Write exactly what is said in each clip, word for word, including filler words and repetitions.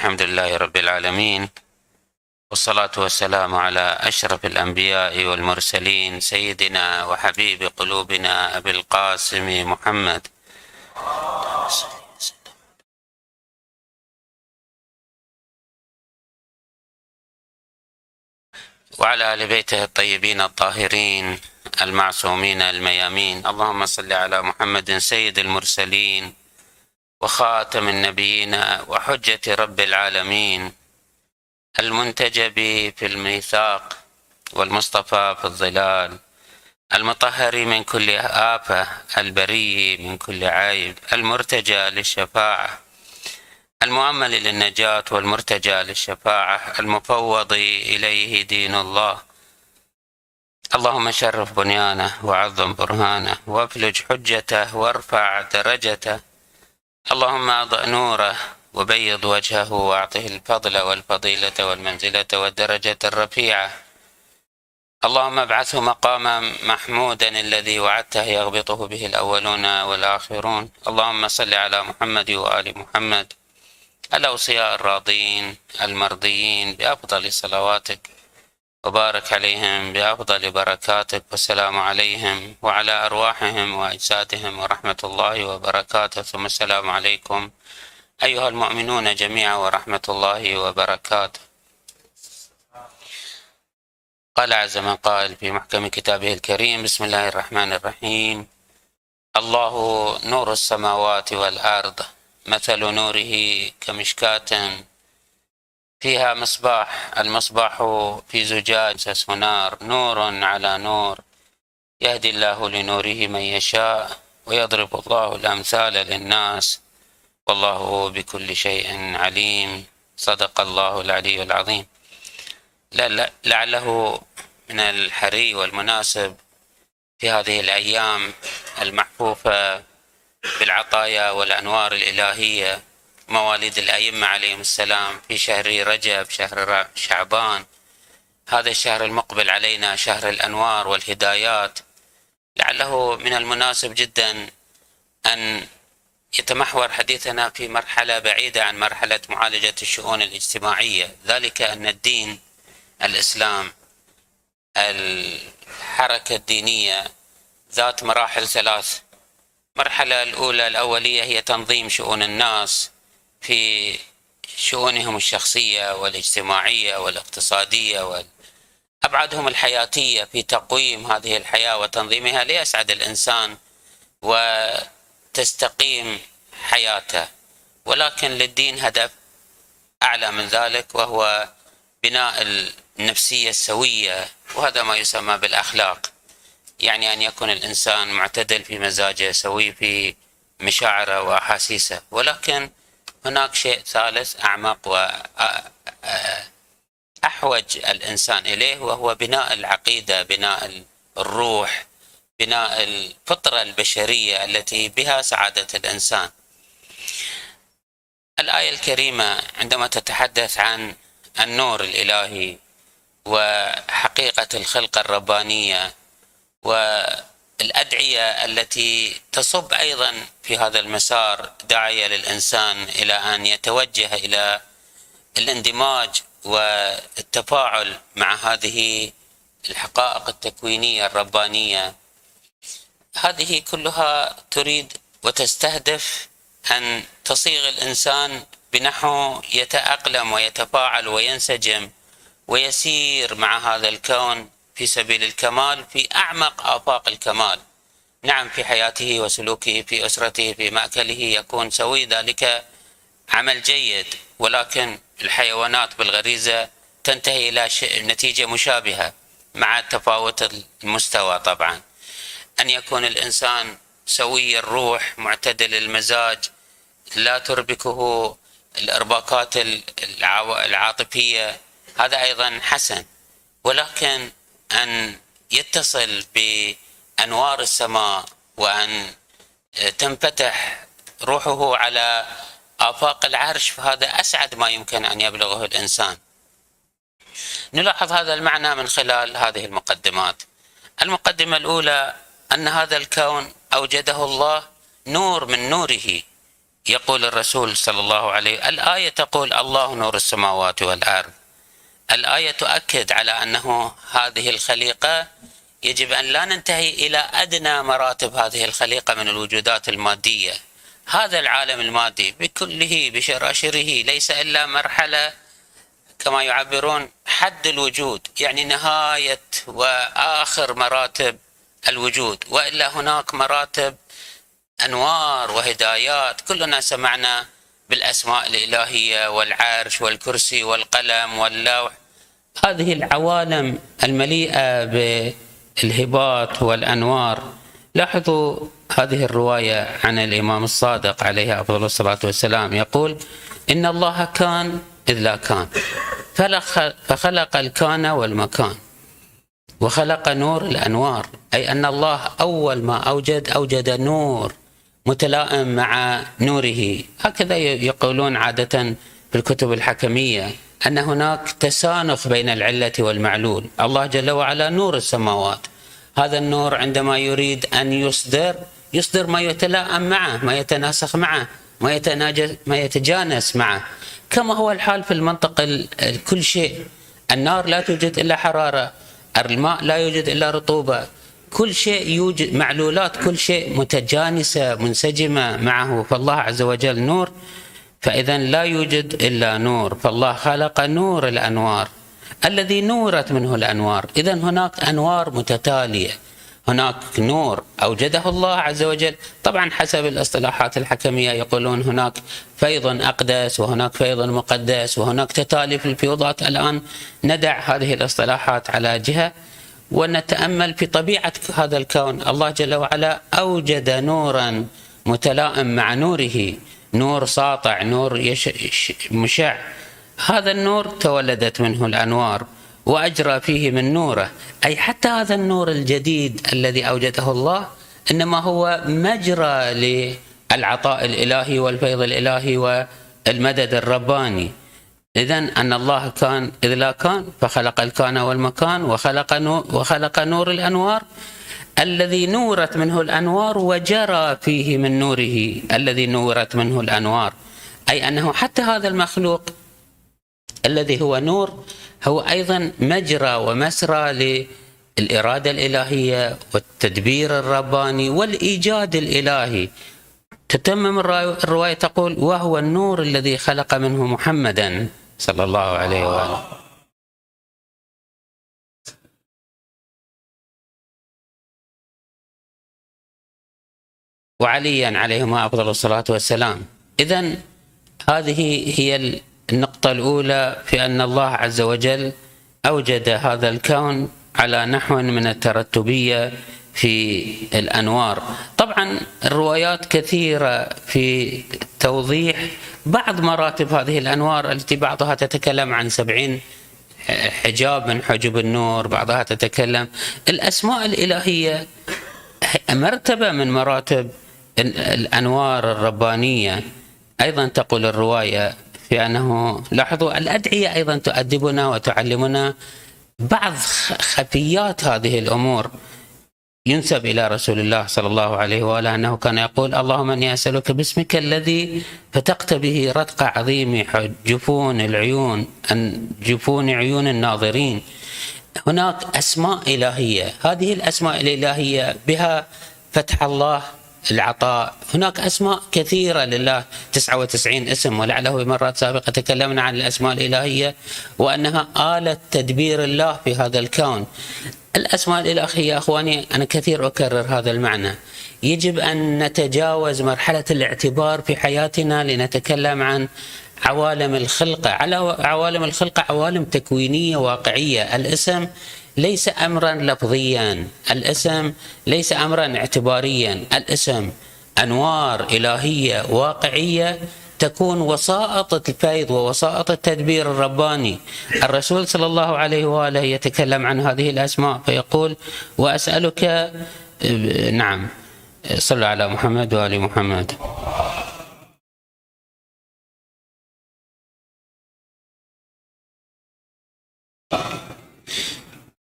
الحمد لله رب العالمين، والصلاة والسلام على أشرف الأنبياء والمرسلين سيدنا وحبيب قلوبنا أبي القاسم محمد وعلى آل بيته الطيبين الطاهرين المعصومين الميامين. اللهم صل على محمد سيد المرسلين وخاتم النبيين وحجة رب العالمين، المنتجب في الميثاق والمصطفى في الظلال، المطهر من كل آفة، البري من كل عيب، المرتجى للشفاعة، المؤمل للنجاة والمرتجى للشفاعة، المفوض إليه دين الله. اللهم شرف بنيانه وعظم برهانه وافلج حجته وارفع درجته. اللهم أضأ نوره وبيض وجهه واعطه الفضل والفضيلة والمنزلة والدرجة الرفيعة. اللهم ابعثه مقاما محمودا الذي وعدته يغبطه به الأولون والآخرون. اللهم صل على محمد وآل محمد الأوصياء الراضين المرضيين بأفضل صلواتك، وبارك عليهم بأفضل بركاتك، والسلام عليهم وعلى أرواحهم وأجسادهم ورحمة الله وبركاته. ثم السلام عليكم أيها المؤمنون جميعا ورحمة الله وبركاته. قال عز من قال في محكم كتابه الكريم: بسم الله الرحمن الرحيم. الله نور السماوات والأرض، مثل نوره كمشكاة فيها مصباح، المصباح في زجاج سونار، نور على نور، يهدي الله لنوره من يشاء ويضرب الله الأمثال للناس والله بكل شيء عليم. صدق الله العلي العظيم. لعله من الحري والمناسب في هذه الأيام المحفوفة بالعطايا والأنوار الإلهية، مواليد الأئمة عليهم السلام في شهر رجب، شهر شعبان، هذا الشهر المقبل علينا شهر الأنوار والهدايات، لعله من المناسب جدا أن يتمحور حديثنا في مرحلة بعيدة عن مرحلة معالجة الشؤون الاجتماعية، ذلك أن الدين الإسلام الحركة الدينية ذات مراحل ثلاث. المرحلة الأولى الأولية هي تنظيم شؤون الناس في شؤونهم الشخصية والاجتماعية والاقتصادية وأبعادهم الحياتية، في تقويم هذه الحياة وتنظيمها ليسعد الإنسان وتستقيم حياته. ولكن للدين هدف أعلى من ذلك، وهو بناء النفسية السوية، وهذا ما يسمى بالأخلاق، يعني أن يكون الإنسان معتدل في مزاجه، سوي في مشاعره وأحاسيسه. ولكن هناك شيء ثالث أعمق وأحوج الإنسان إليه، وهو بناء العقيدة، بناء الروح، بناء الفطرة البشرية التي بها سعادة الإنسان. الآية الكريمة عندما تتحدث عن النور الإلهي وحقيقة الخلقة الربانية والأدعية التي تصب أيضا في هذا المسار، داعية للإنسان إلى أن يتوجه إلى الاندماج والتفاعل مع هذه الحقائق التكوينية الربانية، هذه كلها تريد وتستهدف أن تصيغ الإنسان بنحو يتأقلم ويتفاعل وينسجم ويسير مع هذا الكون في سبيل الكمال، في أعمق آفاق الكمال. نعم، في حياته وسلوكه، في أسرته، في مأكله يكون سوي، ذلك عمل جيد. ولكن الحيوانات بالغريزة تنتهي إلى نتيجة مشابهة مع تفاوت المستوى. طبعا أن يكون الإنسان سوي الروح، معتدل المزاج، لا تربكه الإرباكات العاطفية، هذا أيضا حسن. ولكن أن يتصل بأنوار السماء وأن تنفتح روحه على آفاق العرش، فهذا أسعد ما يمكن أن يبلغه الإنسان. نلاحظ هذا المعنى من خلال هذه المقدمات. المقدمة الأولى أن هذا الكون أوجده الله نور من نوره، يقول الرسول صلى الله عليه وسلم الآية تقول الله نور السماوات والأرض. الآية تؤكد على أنه هذه الخليقة يجب أن لا ننتهي إلى أدنى مراتب هذه الخليقة من الوجودات المادية. هذا العالم المادي بكله بشراشره ليس إلا مرحلة كما يعبرون حد الوجود، يعني نهاية وآخر مراتب الوجود، وإلا هناك مراتب أنوار وهدايات. كلنا سمعنا بالأسماء الإلهية والعرش والكرسي والقلم واللوح، هذه العوالم المليئة بالهبات والأنوار. لاحظوا هذه الرواية عن الإمام الصادق عليه أفضل الصلاة والسلام، يقول إن الله كان إذ لا كان فخلق الكان والمكان وخلق نور الأنوار، أي أن الله أول ما أوجد أوجد نور متلائم مع نوره. هكذا يقولون عادة في الكتب الحكمية أن هناك تسانخ بين العلة والمعلول. الله جل وعلا نور السماوات، هذا النور عندما يريد أن يصدر يصدر ما يتلائم معه، ما يتناسخ معه، ما يتناجس ما يتجانس معه، كما هو الحال في المنطق. كل شيء، النار لا توجد إلا حرارة، الماء لا يوجد إلا رطوبة، كل شيء يوجد معلولات، كل شيء متجانسة منسجمة معه. فالله عز وجل نور، فإذا لا يوجد إلا نور، فالله خلق نور الأنوار الذي نورت منه الأنوار. إذا هناك أنوار متتالية، هناك نور أوجده الله عز وجل. طبعا حسب الاصطلاحات الحكمية يقولون هناك فيض أقدس وهناك فيض مقدس وهناك تتالي في الفيوضات. الآن ندع هذه الاصطلاحات على جهة ونتأمل في طبيعة هذا الكون. الله جل وعلا أوجد نورا متلائم مع نوره، نور ساطع، نور يش مشع. هذا النور تولدت منه الأنوار وأجرى فيه من نوره، أي حتى هذا النور الجديد الذي أوجده الله إنما هو مجرى للعطاء الإلهي والفيض الإلهي والمدد الرباني. إذن أن الله كان إذ لا كان فخلق الكان والمكان وخلق نور, وخلق نور الأنوار الذي نورت منه الأنوار وجرى فيه من نوره الذي نورت منه الأنوار، أي أنه حتى هذا المخلوق الذي هو نور هو أيضا مجرى ومسرى للإرادة الإلهية والتدبير الرباني والإيجاد الإلهي. تتمم الرواية تقول وهو النور الذي خلق منه محمدا صلى الله عليه وآله. وعليا عليهما أفضل الصلاة والسلام. إذن هذه هي النقطة الأولى في أن الله عز وجل أوجد هذا الكون على نحو من الترتبية في الأنوار. طبعا الروايات كثيرة في توضيح بعض مراتب هذه الأنوار التي بعضها تتكلم عن سبعين حجاب من حجب النور، بعضها تتكلم الأسماء الإلهية مرتبة من مراتب الأنوار الربانية. أيضا تقول الرواية في أنه لاحظوا الأدعية أيضا تؤدبنا وتعلمنا بعض خفيات هذه الأمور. ينسب إلى رسول الله صلى الله عليه وآله أنه كان يقول اللهم أني أسألك باسمك الذي فتقت به رتق عظيم جفون العيون أن جفون عيون الناظرين. هناك أسماء إلهية، هذه الأسماء الإلهية بها فتح الله العطاء. هناك أسماء كثيرة لله، تسعة وتسعين اسم، ولعله مرات سابقة تكلمنا عن الأسماء الإلهية وأنها آلة تدبير الله في هذا الكون. الأسماء الإلهية أخواني أنا كثير أكرر هذا المعنى، يجب أن نتجاوز مرحلة الاعتبار في حياتنا لنتكلم عن عوالم الخلقة. على عوالم الخلقة عوالم تكوينية واقعية. الاسم ليس أمرا لفظيا، الاسم ليس أمرا اعتباريا، الاسم أنوار إلهية واقعية تكون وسائط الفيض ووسائط التدبير الرباني. الرسول صلى الله عليه وآله يتكلم عن هذه الأسماء فيقول وأسألك، نعم صلوا على محمد وآل محمد.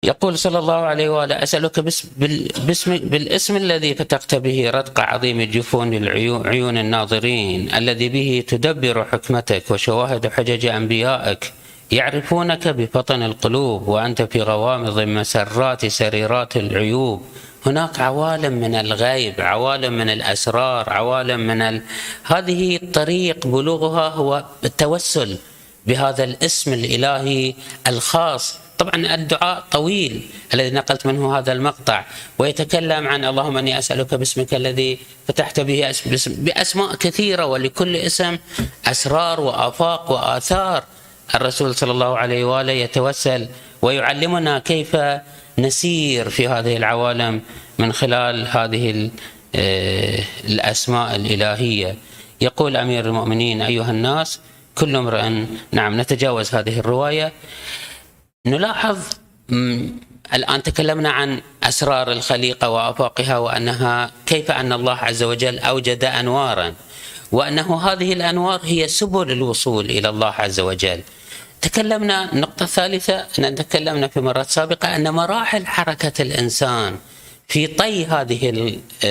يقول صلى الله عليه وآله: أسألك باسم, باسم بالاسم الذي فتقت به رتق عظيم جفون عيون الناظرين، الذي به تدبر حكمتك وشواهد حجج أنبيائك يعرفونك بفطن القلوب، وأنت في غوامض مسرات سريرات العيوب. هناك عوالم من الغيب، عوالم من الأسرار، عوالم من ال... هذه الطريق بلوغها هو التوسل بهذا الاسم الإلهي الخاص. طبعا الدعاء طويل الذي نقلت منه هذا المقطع، ويتكلم عن اللهم أني أسألك باسمك الذي فتحت به اسم بأسماء كثيرة، ولكل اسم أسرار وآفاق وآثار. الرسول صلى الله عليه وآله يتوسل ويعلمنا كيف نسير في هذه العوالم من خلال هذه الأسماء الإلهية. يقول أمير المؤمنين: أيها الناس كل امرئ. نعم، نتجاوز هذه الرواية. نلاحظ الآن تكلمنا عن أسرار الخليقة وآفاقها، وأنها كيف أن الله عز وجل أوجد أنوارا، وأنه هذه الأنوار هي سبل الوصول إلى الله عز وجل. تكلمنا النقطة الثالثة أن تكلمنا في مرات سابقة أن مراحل حركة الإنسان في طي هذه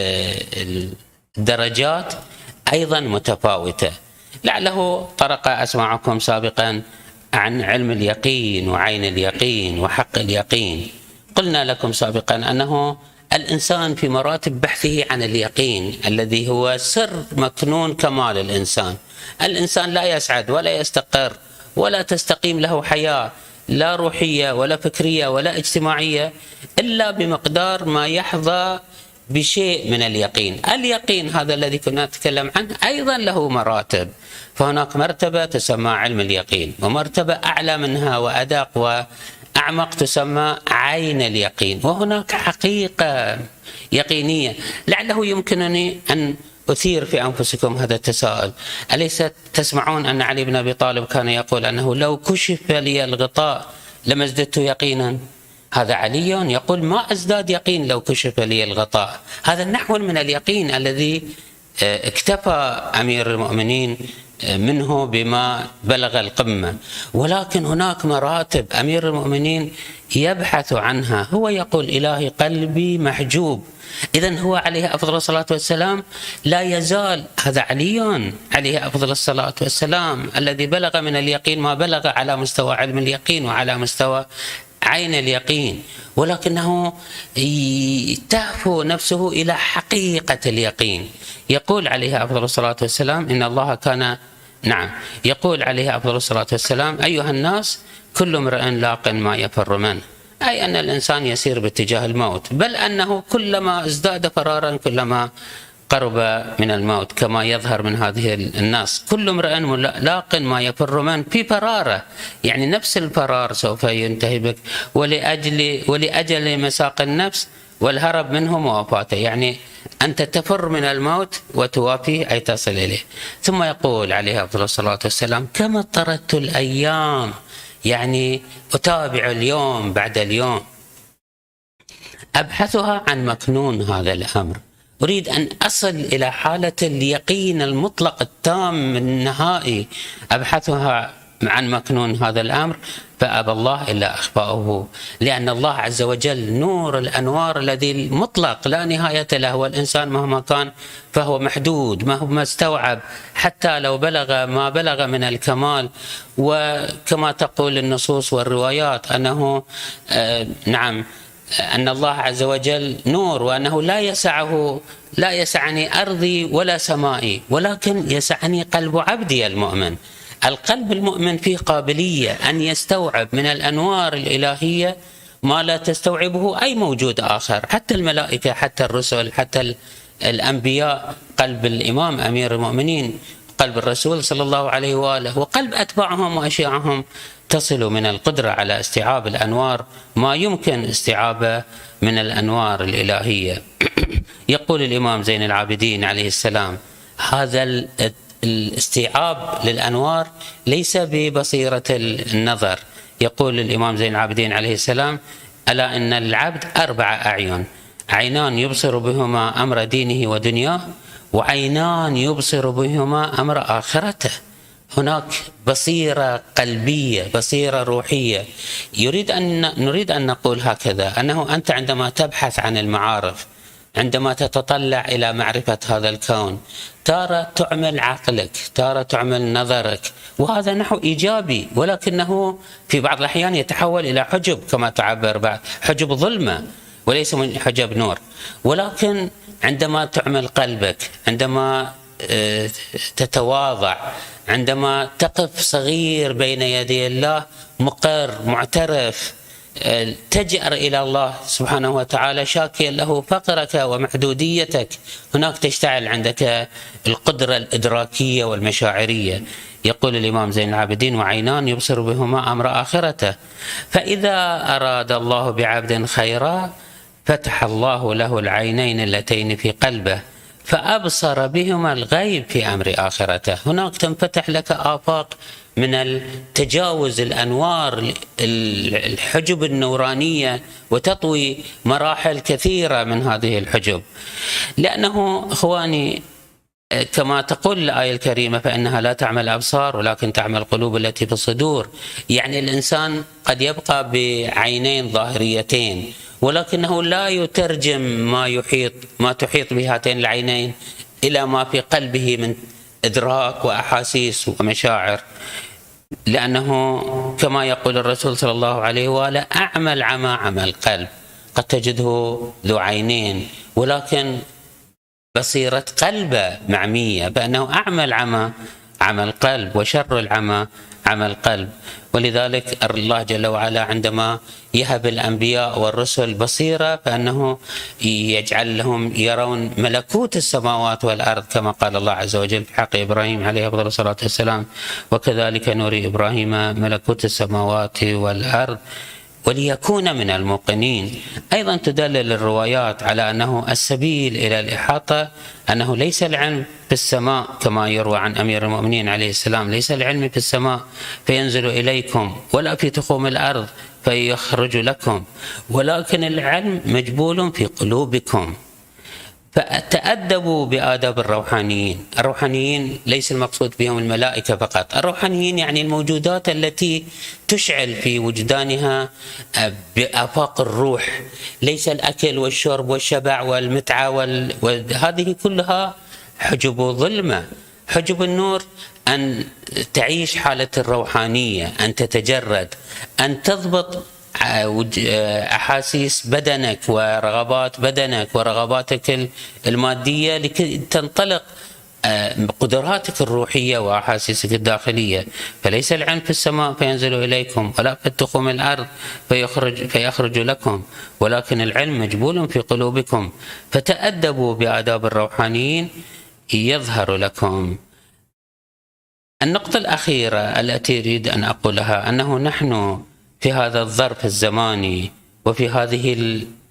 الدرجات أيضا متفاوتة. لعله طرق أسمعكم سابقا عن علم اليقين وعين اليقين وحق اليقين. قلنا لكم سابقا أنه الإنسان في مراتب بحثه عن اليقين الذي هو سر مكنون كمال الإنسان. الإنسان لا يسعد ولا يستقر ولا تستقيم له حياة لا روحية ولا فكرية ولا اجتماعية إلا بمقدار ما يحظى بشيء من اليقين. اليقين هذا الذي كنا نتكلم عنه أيضا له مراتب، فهناك مرتبة تسمى علم اليقين، ومرتبة أعلى منها وأدق وأعمق تسمى عين اليقين، وهناك حقيقة يقينية. لعله يمكنني أن أثير في أنفسكم هذا التساؤل: أليس تسمعون أن علي بن أبي طالب كان يقول أنه لو كشف لي الغطاء لما ازددت يقينا؟ هذا علي يقول: ما أزداد يقين لو كشف لي الغطاء. هذا النحو من اليقين الذي اكتفى أمير المؤمنين منه بما بلغ القمة، ولكن هناك مراتب أمير المؤمنين يبحث عنها. هو يقول: إلهي قلبي محجوب. إذن هو عليه أفضل الصلاة والسلام لا يزال، هذا علي عليه أفضل الصلاة والسلام الذي بلغ من اليقين ما بلغ على مستوى علم اليقين وعلى مستوى عين اليقين، ولكنه تهفو نفسه إلى حقيقة اليقين. يقول عليه أفضل الصلاة والسلام: إن الله كان نعم يقول عليه أفضل الصلاة والسلام: أيها الناس كل امرئ لاق ما يفر منه، أي أن الإنسان يسير باتجاه الموت، بل أنه كلما ازداد فرارا كلما قرب من الموت، كما يظهر من هذه الناس. كل امرئ لاق ما يفر منه، في فرارة، يعني نفس الفرار سوف ينتهي بك، ولأجل ولأجل مساق النفس والهرب منه موافاته، يعني أنت تفر من الموت وتوافيه أي تصل إليه. ثم يقول عليه أفضل الصلاة والسلام: كما طردت الأيام، يعني أتابع اليوم بعد اليوم، أبحثها عن مكنون هذا الأمر، أريد أن أصل إلى حالة اليقين المطلق التام النهائي، أبحثها عن مكنون هذا الأمر، فأبى الله إلا أخفاؤه، لأن الله عز وجل نور الأنوار الذي المطلق لا نهاية له، والإنسان مهما كان فهو محدود، مهما استوعب حتى لو بلغ ما بلغ من الكمال. وكما تقول النصوص والروايات أنه آه نعم أن الله عز وجل نور، وأنه لا يسعه لا يسعني أرضي ولا سمائي، ولكن يسعني قلب عبدي المؤمن. القلب المؤمن فيه قابلية أن يستوعب من الأنوار الإلهية ما لا تستوعبه أي موجود آخر، حتى الملائكة، حتى الرسل، حتى الأنبياء. قلب الإمام أمير المؤمنين، قلب الرسول صلى الله عليه وآله، وقلب أتباعهم وأشياعهم تصل من القدرة على استيعاب الأنوار ما يمكن استيعابه من الأنوار الإلهية. يقول الإمام زين العابدين عليه السلام: هذا الاستيعاب للأنوار ليس ببصيرة النظر. يقول الإمام زين العابدين عليه السلام: ألا إن العبد أربع أعين، عينان يبصر بهما أمر دينه ودنياه، وعينان يبصر بهما أمر آخرته. هناك بصيرة قلبية، بصيرة روحية. يريد أن نريد أن نقول هكذا، أنه أنت عندما تبحث عن المعارف، عندما تتطلع إلى معرفة هذا الكون، تارة تعمل عقلك، تارة تعمل نظرك، وهذا نحو إيجابي، ولكنه في بعض الأحيان يتحول إلى حجب كما تعبر بعض، حجب ظلمة وليس من حجب نور. ولكن عندما تعمل قلبك، عندما تتواضع، عندما تقف صغير بين يدي الله، مقر معترف، تجأر إلى الله سبحانه وتعالى شاكيا له فقرك ومحدوديتك، هناك تشتعل عندك القدرة الإدراكية والمشاعرية. يقول الإمام زين العابدين: وعينان يبصر بهما أمر آخرته. فإذا أراد الله بعبد خيرا فتح الله له العينين اللتين في قلبه فأبصر بهما الغيب في أمر آخرته. هناك تنفتح لك آفاق من التجاوز الأنوار، الحجب النورانية، وتطوي مراحل كثيرة من هذه الحجب. لأنه إخواني كما تقول الآية الكريمة: فإنها لا تعمل الأبصار ولكن تعمل القلوب التي في الصدور. يعني الإنسان قد يبقى بعينين ظاهريتين، ولكنه لا يترجم ما يحيط ما تحيط بهاتين العينين إلى ما في قلبه من إدراك وأحاسيس ومشاعر. لأنه كما يقول الرسول صلى الله عليه وآله: أعمى العمى عمى القلب. قد تجده ذو عينين ولكن بصيرة قلبه معمية، فإنه أعمى العمى عمى القلب، وشر العمى عمى القلب. ولذلك الله جل وعلا عندما يهب الأنبياء والرسل بصيرة، فإنه يجعل لهم يرون ملكوت السماوات والأرض، كما قال الله عز وجل في حق إبراهيم عليه أفضل الصلاة والسلام: وكذلك نري إبراهيم ملكوت السماوات والأرض وليكون من الموقنين. أيضا تدلل الروايات على أنه السبيل إلى الإحاطة، أنه ليس العلم في السماء كما يروى عن أمير المؤمنين عليه السلام: ليس العلم في السماء فينزل إليكم، ولا في تخوم الأرض فيخرج لكم، ولكن العلم مجبول في قلوبكم. فتأدبوا بآداب الروحانيين. الروحانيين ليس المقصود بهم الملائكة فقط، الروحانيين يعني الموجودات التي تشعل في وجدانها بآفاق الروح، ليس الأكل والشرب والشبع والمتعة وال... وهذه كلها حجب ظلمة. حجب النور أن تعيش حالة الروحانية، أن تتجرد، أن تضبط أحاسيس بدنك ورغبات بدنك ورغباتك المادية لكي تنطلق قدراتك الروحية وأحاسيسك الداخلية. فليس العلم في السماء فينزل إليكم، ولا في تخوم الأرض فيخرج, فيخرج لكم، ولكن العلم مجبول في قلوبكم. فتأدبوا بآداب الروحانيين يظهر لكم. النقطة الأخيرة التي أريد أن أقولها أنه نحن في هذا الظرف الزماني وفي هذه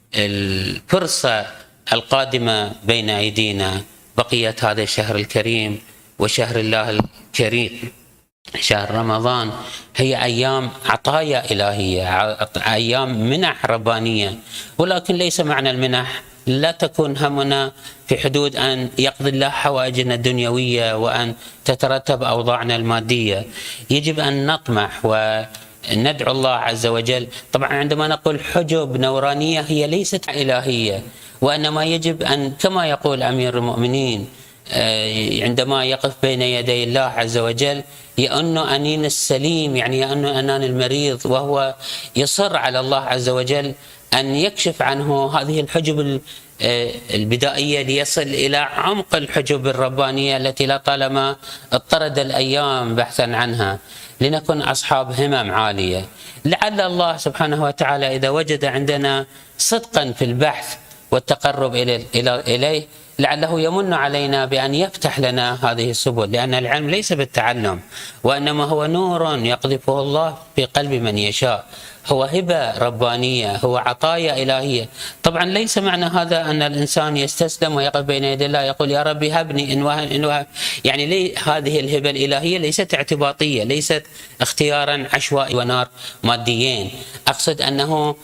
الفرصة القادمة بين أيدينا، بقية هذا الشهر الكريم وشهر الله الكريم شهر رمضان، هي أيام عطايا إلهية، أيام منح ربانية. ولكن ليس معنى المنح لا تكون همنا في حدود أن يقضي الله حوائجنا الدنيوية وأن تترتب أوضاعنا المادية. يجب أن نطمح وندعو الله عز وجل. طبعا عندما نقول حجب نورانية هي ليست إلهية، وإنما يجب أن كما يقول أمير المؤمنين عندما يقف بين يدي الله عز وجل يأن أنين السليم، يعني يأن أنان المريض، وهو يصر على الله عز وجل أن يكشف عنه هذه الحجب البدائية ليصل إلى عمق الحجب الربانية التي لا طالما اضطرد الأيام بحثا عنها، لنكن أصحاب همم عالية. لعل الله سبحانه وتعالى إذا وجد عندنا صدقا في البحث والتقرب إليه لعله يمن علينا بأن يفتح لنا هذه السبل، لأن العلم ليس بالتعلم، وإنما هو نور يقذفه الله في قلب من يشاء، هو هبة ربانية، هو عطايا إلهية. طبعا ليس معنى هذا أن الإنسان يستسلم ويقف بين يدي الله يقول يا ربي هبني إن وهب إن وهب. يعني لي هذه الهبة الإلهية ليست اعتباطية، ليست اختيارا عشوائي ونار ماديين. أقصد أنه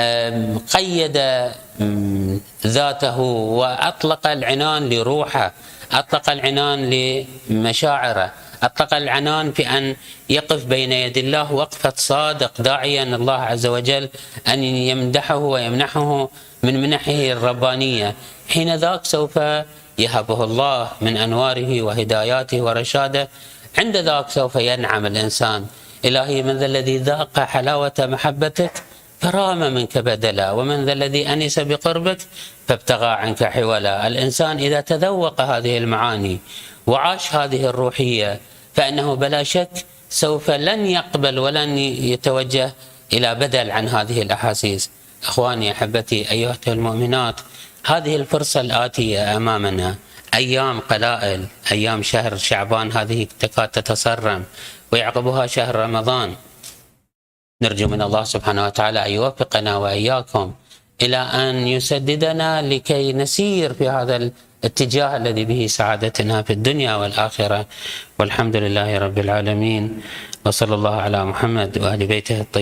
قيد ذاته وأطلق العنان لروحه، أطلق العنان لمشاعره، أطلق العنان في أن يقف بين يدي الله وقفة صادق داعيا الله عز وجل أن يمدحه ويمنحه من منحه الربانية، حين ذاك سوف يهبه الله من أنواره وهداياته ورشاده، عند ذاك سوف ينعم الإنسان. إلهي من ذا الذي ذاق حلاوة محبتك فرام منك بدلا، ومن ذا الذي أنس بقربك فابتغى عنك حولا. الإنسان إذا تذوق هذه المعاني وعاش هذه الروحية فإنه بلا شك سوف لن يقبل ولن يتوجه إلى بدل عن هذه الأحاسيس. أخواني أحبتي أيها المؤمنات، هذه الفرصة الآتية أمامنا، أيام قلائل، أيام شهر شعبان هذه تكاد تتصرم ويعقبها شهر رمضان. نرجو من الله سبحانه وتعالى أن يوفقنا وإياكم إلى أن يسددنا لكي نسير في هذا الاتجاه الذي به سعادتنا في الدنيا والآخرة. والحمد لله رب العالمين، وصلى الله على محمد وآل بيته الطيبين.